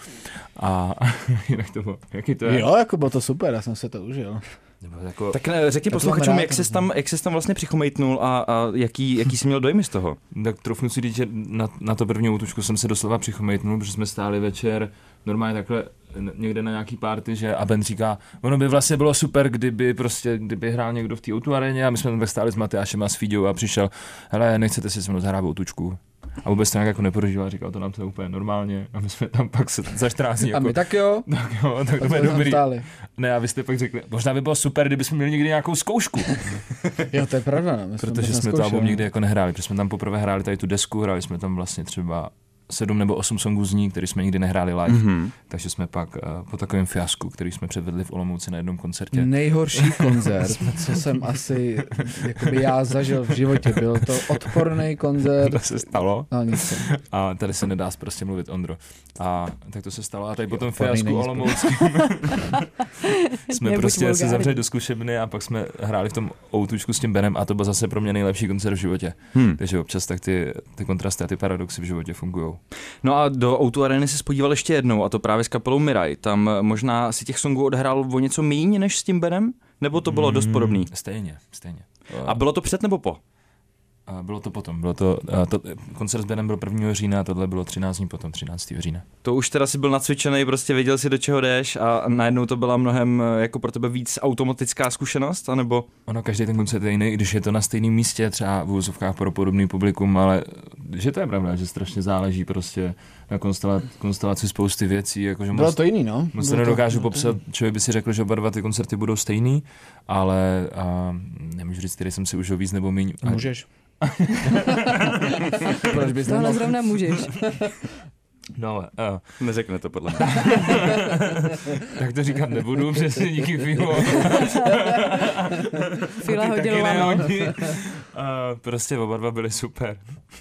A jinak to bylo. Jaký to je? Jo, jako bylo to super, já jsem se to užil. Jako, tak řekni posluchačům, jak ses tam vlastně přichomejtnul a jaký jsi měl dojmy z toho? Tak trofnu si říct, že na to první Outůčku jsem se doslova přichomejtnul, protože jsme stáli večer normálně takhle někde na nějaký party, že a Ben říká, ono by vlastně bylo super, kdyby hrál někdo v té O2 aréně a my jsme tam stáli s Matyášem a s Fíďou a přišel, hele, nechcete si se mnou zahrát Outůčku? A vůbec to nějak jako neprožíval, říkal to nám to úplně normálně a my jsme tam pak se za 14 dní jako... A my tak jo, tak to je dobrý. Ne, a vy jste pak řekli, možná by bylo super, kdybychom měli někdy nějakou zkoušku. Jo, to je pravda. Protože jsme to album nikdy jako nehráli, protože jsme tam poprvé hráli tady tu desku, hráli jsme tam vlastně třeba 7 nebo 8 songů z ní, který jsme nikdy nehráli live, takže jsme pak po takovém fiasku, který jsme předvedli v Olomouci na jednom koncertě. Nejhorší koncert, co jsem asi jakoby já zažil v životě, byl to odporný koncert. To se stalo. No, nic. A tady se nedá prostě mluvit, Ondro. A tak to se stalo a tady po tom fiasku olomouckém jsme prostě se zavřeli do zkušebny a pak jsme hráli v tom outučku s tím Benem a to byl zase pro mě nejlepší koncert v životě. Takže občas tak ty kontrasty a ty paradoxy v životě fungujou. No a do O2 Areny se spodíval ještě jednou, a to právě s kapelou Miraj. Tam možná si těch songů odhrál o něco míň než s tím Benem? Nebo to bylo dost podobný? Stejně. A bylo to před nebo po? Bylo to potom. Koncert s Benem byl 1. října a tohle bylo 13 dní potom, 13. října. To už teda si byl nacvičený, prostě věděl si, do čeho jdeš a najednou to byla mnohem jako pro tebe víc automatická zkušenost, anebo? Ono, každý ten koncert je jiný, když je to na stejném místě, třeba v úvozovkách pro podobný publikum, ale že to je pravda, že strašně záleží prostě na konstelaci spousty věcí. Jako, bylo to jiný, no. Moc to nedokážu popsat, člověk by si řekl, že oba dva ty koncerty budou stejný, ale nemůžu říct, který jsem si užil víc nebo míň. Můžeš. Proč bys tohle zrovna můžeš. No, neřekne to podle mě. Tak to říkat nebudu, přesně díky Filo. Fila hodil lano. Prostě oba dva byli super.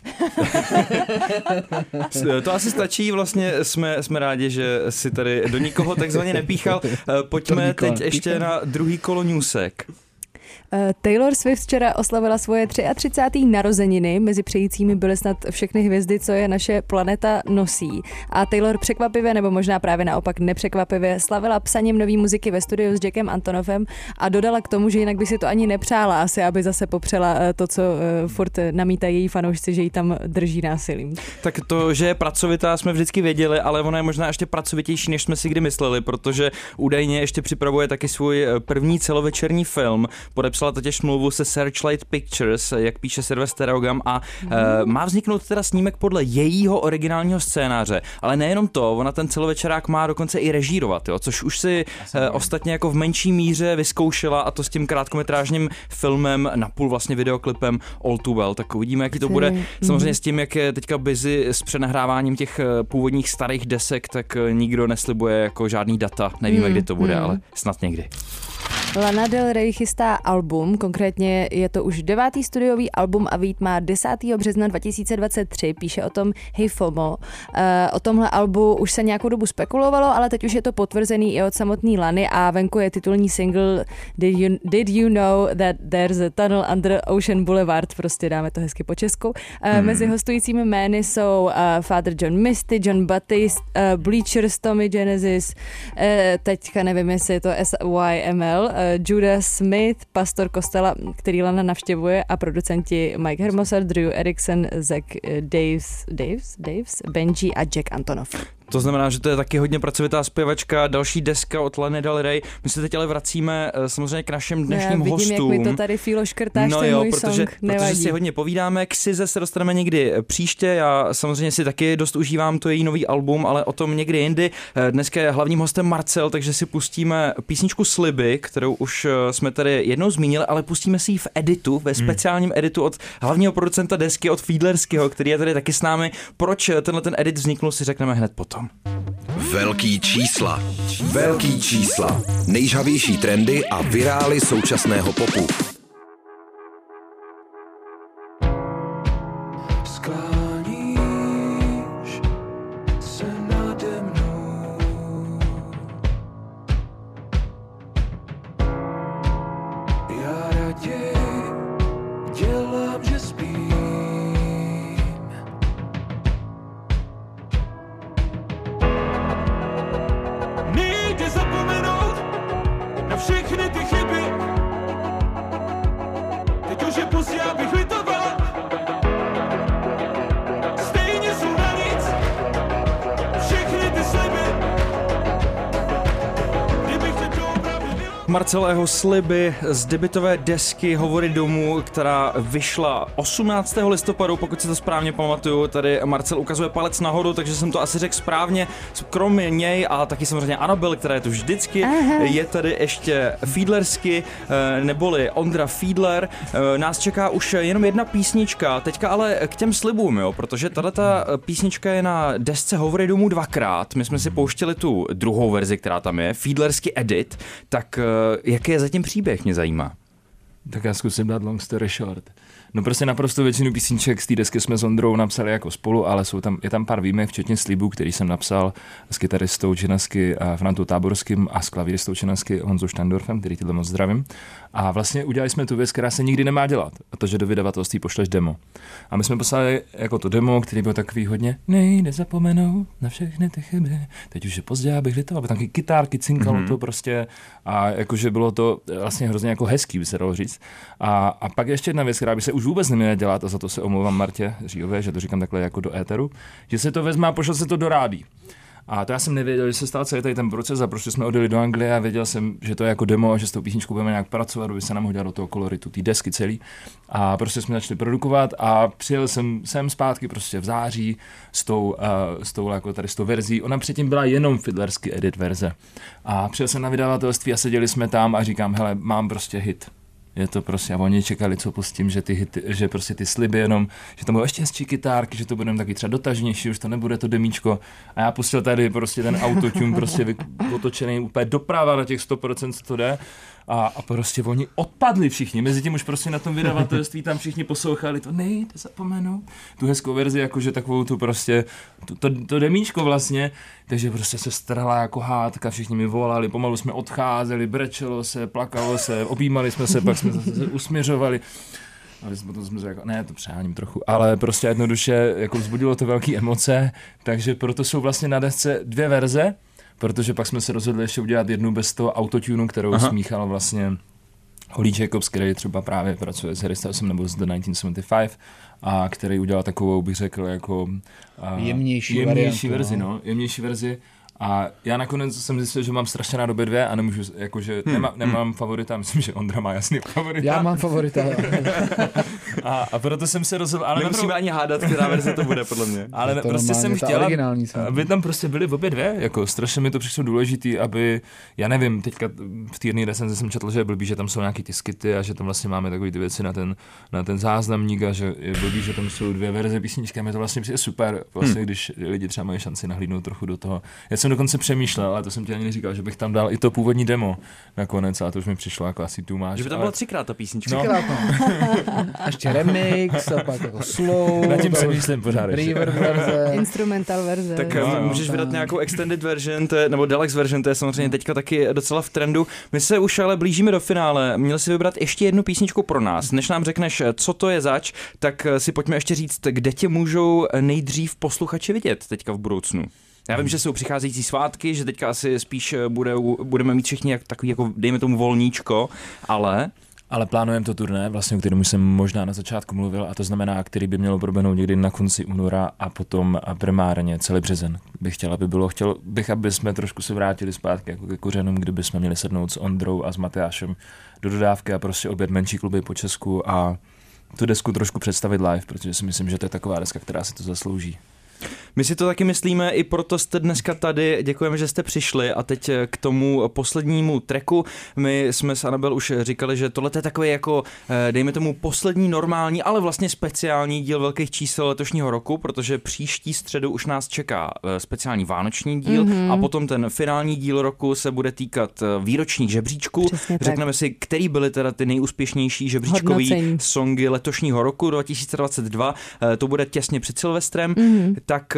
To asi stačí, vlastně jsme rádi, že si tady do nikoho takzvaně nepíchal. Pojďme teď ještě na druhý kolo newsek. Taylor Swift včera oslavila svoje 33. narozeniny, mezi přejícími byly snad všechny hvězdy, co je naše planeta nosí. A Taylor překvapivě, nebo možná právě naopak nepřekvapivě, slavila psaním nový muziky ve studiu s Jackem Antonoffem a dodala k tomu, že jinak by si to ani nepřála asi, aby zase popřela to, co furt namítají její fanoušci, že ji tam drží násilím. Tak to, že je pracovitá, jsme vždycky věděli, ale ona je možná ještě pracovitější, než jsme si kdy mysleli, protože údajně ještě připravuje taky svůj první celovečerní film. Podepsala totiž smlouvu se Searchlight Pictures, jak píše Sylvester Rogam, a má vzniknout teda snímek podle jejího originálního scénáře. Ale nejenom to, ona ten celovečerák má dokonce i režírovat, jo, což už si ostatně jako v menší míře vyzkoušela, a to s tím krátkometrážním filmem, napůl vlastně videoklipem All Too Well. Tak uvidíme, jaký to bude. Samozřejmě s tím, jak je teďka busy s přenahráváním těch původních starých desek, tak nikdo neslibuje jako žádný data. Nevíme, kdy to bude, ale snad někdy. Lana Del Rey chystá album, konkrétně je to už 9. studiový album a vyjít má 10. března 2023, píše o tom Hey FOMO. O tomhle albu už se nějakou dobu spekulovalo, ale teď už je to potvrzený i od samotný Lany a venku je titulní single Did you know that there's a tunnel under Ocean Boulevard, prostě dáme to hezky po česku. Mezi hostujícími jmény jsou Father John Misty, John Batiste, Bleachers, Tommy Genesis, teďka nevím, jestli je to SYML, Judah Smith, pastor kostela, který Lana navštěvuje, a producenti Mike Hermosar, Drew Erikson, Zach Daves, Benji a Jack Antonoff. To znamená, že to je taky hodně pracovitá zpěvačka, další deska od Lany Del Rey. My se teď ale vracíme samozřejmě k našim dnešním hostům. Vidím, jak mi to tady Filo škrtáš, ten můj song, nevadí. Protože si hodně povídáme, k Size se dostaneme někdy příště, já samozřejmě si taky dost užívám to její nový album, ale o tom někdy jindy. Dneska je hlavním hostem Marcel, takže si pustíme písničku Sliby, kterou už jsme tady jednou zmínili, ale pustíme si ji v editu, ve speciálním editu od hlavního producenta desky, od Fiedlerského, který je tady taky s námi. Proč tenhle ten edit vzniknul, si řekneme hned potom. Velký čísla. Velký čísla. Nejžhavější trendy a virály současného popu. Marcel a jeho sliby z debutové desky Hovory domů, která vyšla 18. listopadu, pokud si to správně pamatuju. Tady Marcel ukazuje palec nahoru, takže jsem to asi řekl správně. Kromě něj a taky samozřejmě Anabel, která je tu vždycky, je tady ještě Fiedlersky, neboli Ondra Fiedler. Nás čeká už jenom jedna písnička, teďka ale k těm slibům, jo, protože tato písnička je na desce Hovory domů dvakrát. My jsme si pouštěli tu druhou verzi, která tam je, Fiedlersky edit, tak jaký je zatím příběh, mě zajímá. Tak já zkusím dát long story short. No prostě naprosto většinu písniček z té desky jsme s Ondrou napsali jako spolu, ale je tam pár výjimek, včetně slibů, který jsem napsal s kytaristou Činasky Frantou Táborským a s klavíristou Činasky Honzou Štandorfem, který tyhle moc zdravím. A vlastně udělali jsme tu věc, která se nikdy nemá dělat, a to, že do vydavatelství pošleš demo. A my jsme poslali jako to demo, který byl takový hodně nejde zapomenout na všechny ty chyby. Teď už je pozdě, abych litoval, taky kytárky, cinkalo to prostě a jakože bylo to vlastně hrozně jako hezký, by se dalo říct. A pak ještě jedna věc, která by se už vůbec neměla dělat, a za to se omlouvám Martě Říjové, že to říkám takhle jako do éteru, že se to vezme a pošle se to do rádií. A to já jsem nevěděl, že se stál celý tady ten proces a prostě jsme odjeli do Anglie a věděl jsem, že to je jako demo a že s tou písničkou budeme nějak pracovat, aby se nám hodila do toho koloritu té desky celý. A prostě jsme začali produkovat a přijel jsem sem zpátky prostě v září s tou jako tady s tou verzí. Ona předtím byla jenom Fiedlersky edit verze. A přijel jsem na vydavatelství a seděli jsme tam a říkám, hele, mám prostě hit. Je to prostě, a oni čekali, co pustím, že ty hity, že prostě ty sliby jenom, že tam budou ještě hezčí kytárky, že to budeme taky třeba dotažnější, už to nebude to demíčko. A já pustil tady prostě ten autotune prostě otočený úplně doprava na těch 100%, co to jde. A prostě oni odpadli všichni, mezi tím už prostě na tom vydavatelství tam všichni poslouchali, to nejde zapomenout, tu hezkou verzi, jakože takovou tu prostě, to demíčko vlastně, takže prostě se strhla jako hádka, všichni mi volali, pomalu jsme odcházeli, brečelo se, plakalo se, objímali jsme se, pak jsme se usměřovali. Ale potom jsme řekli, ne, to přeháním trochu, ale prostě jednoduše jako vzbudilo to velké emoce, takže proto jsou vlastně na desce dvě verze, protože pak jsme se rozhodli ještě udělat jednu bez toho autotunu, kterou smíchal vlastně Holly Jacobs, který třeba právě pracuje s Harry Stylesem nebo s The 1975 a který udělal takovou, bych řekl, jako jemnější verzi, no, jemnější verzi. A já nakonec jsem zjistil, že mám strašně rád obě dvě a nemůžu, jakože nemám favorita, myslím, že Ondra má jasný favorita. Já mám favorita. a proto jsem se rozhodl, ale nemusíme ani hádat, která verze to bude, podle mě. Ale to prostě jsem chtěla, aby tam prostě byly obě dvě, jako strašně mi to přišlo důležitý, aby, já nevím, teďka v té jedné recenzi jsem četl, že je blbý, že tam jsou nějaký ty skity a že tam vlastně máme takový ty věci na ten záznamník a že je blbý, že tam jsou dvě verze písničky a mi to vlastně přijde super, vlastně, když lidi třeba mají šanci nahlídnout trochu do toho. Já jsem dokonce přemýšlel, ale to jsem ti ani neříkal, že bych tam dal i to původní demo nakonec, a to už mi přišlo jako asi tu máš. Že by tam byla třikrát ta písnička. Třikrát, no. Ještě remix, a pak jako slow. Na tím přemýšlím pořád. Reverb verze. Instrumental verze. Tak můžeš vydat nějakou extended version, nebo deluxe version, to je samozřejmě teďka taky docela v trendu. My se už ale blížíme do finále. Měl si vybrat ještě jednu písničku pro nás. Než nám řekneš, co to je zač, tak si pojďme ještě říct, kde tě můžou nejdřív posluchači vidět teďka v budoucnu. Já vím, že jsou přicházející svátky, že teďka asi spíš budeme mít všichni takový, jako dejme tomu volníčko, Ale plánujeme to turné, vlastně, o kterém jsem možná na začátku mluvil, a to znamená, který by mělo proběhnout někdy na konci února a potom primárně celý březen. Chtěl bych, aby jsme trošku se vrátili zpátky jako ke kořenům, kdyby jsme měli sednout s Ondrou a s Matyášem do dodávky a prostě obět menší kluby po Česku a tu desku trošku představit live, protože si myslím, že to je taková deska, která si to zaslouží. My si to taky myslíme, i proto jste dneska tady, děkujeme, že jste přišli a teď k tomu poslednímu tracku. My jsme s Anabel už říkali, že tohle je takový jako, dejme tomu poslední normální, ale vlastně speciální díl velkých čísel letošního roku, protože příští středu už nás čeká speciální vánoční díl a potom ten finální díl roku se bude týkat výročních žebříčků. Řekneme si, který byly teda ty nejúspěšnější žebříčkový songy letošního roku 2022. To bude těsně před Silvestrem. Tak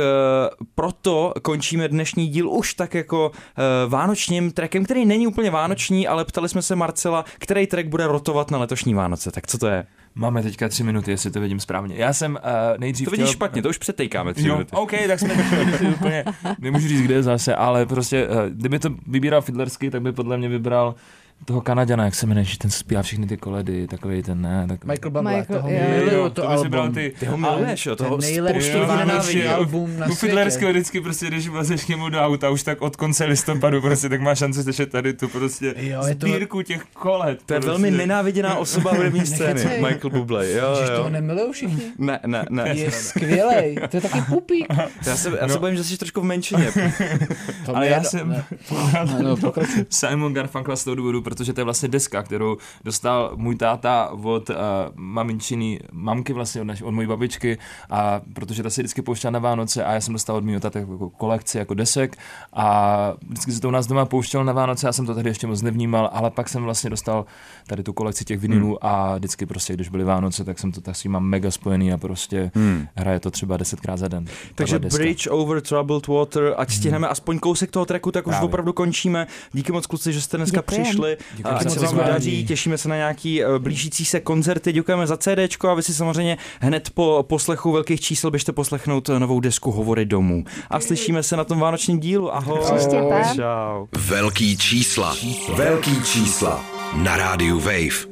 proto končíme dnešní díl už tak jako vánočním trackem, který není úplně vánoční, ale ptali jsme se Marcela, který track bude rotovat na letošní Vánoce. Tak co to je? Máme teďka 3 minuty, jestli to vidím správně. Já jsem nejdřív to vidíš špatně, to už přetejkáme 3 minuty. OK, tak jsme úplně, nemůžu říct, kde zase, ale prostě, kdyby to vybíral Fiedlersky, tak by podle mě vybral toho Kanaďana, jak se jmenuje, ten zpívá všechny ty koledy, takovej ten, ne? Tak... Michael Bublé, toho miluju to album. Ty ho miluješ, jo? Toho nejlepší vánoční album na světě. U Fiedlerského vždycky prostě, když vlezeš k němu do auta, už tak od konce listopadu prostě, tak máš šanci slyšet tady tu prostě sbírku těch kolet. To je prostě. Velmi nenáviděná osoba v hudební scény, Michael Bublé, jo. toho nemilujou všichni? Ne. Je skvělej, to je taky pupík. Já se bojím, že jsi trošku v menšině. Ale já jsem Simon Garfunkel z toho důvodu, protože to je vlastně deska, kterou dostal můj táta od maminčiny mamky, vlastně od mojí babičky, a protože ta se vždycky pouštěla na Vánoce a já jsem dostal od mýho táta jako kolekci jako desek a vždycky se to u nás doma pouštělo na Vánoce, já jsem to tady ještě moc nevnímal, ale pak jsem vlastně dostal tady tu kolekci těch vinylů a vždycky prostě, když byly Vánoce, tak jsem to tak s tím mám mega spojený a prostě hraje to třeba 10krát za den. Takže Bridge over Troubled Water, ať stihneme aspoň kousek toho tracku, tak už opravdu končíme. Díky moc, kluci, že jste dneska přišli. Ať se vám daří, těšíme se na nějaký blížící se koncerty, děkujeme za CDčko a vy si samozřejmě hned po poslechu velkých čísel běžte poslechnout novou desku Hovory domů. A slyšíme se na tom vánočním dílu. Ahoj. Příště, Velký čísla. Velký čísla. Na rádiu Wave.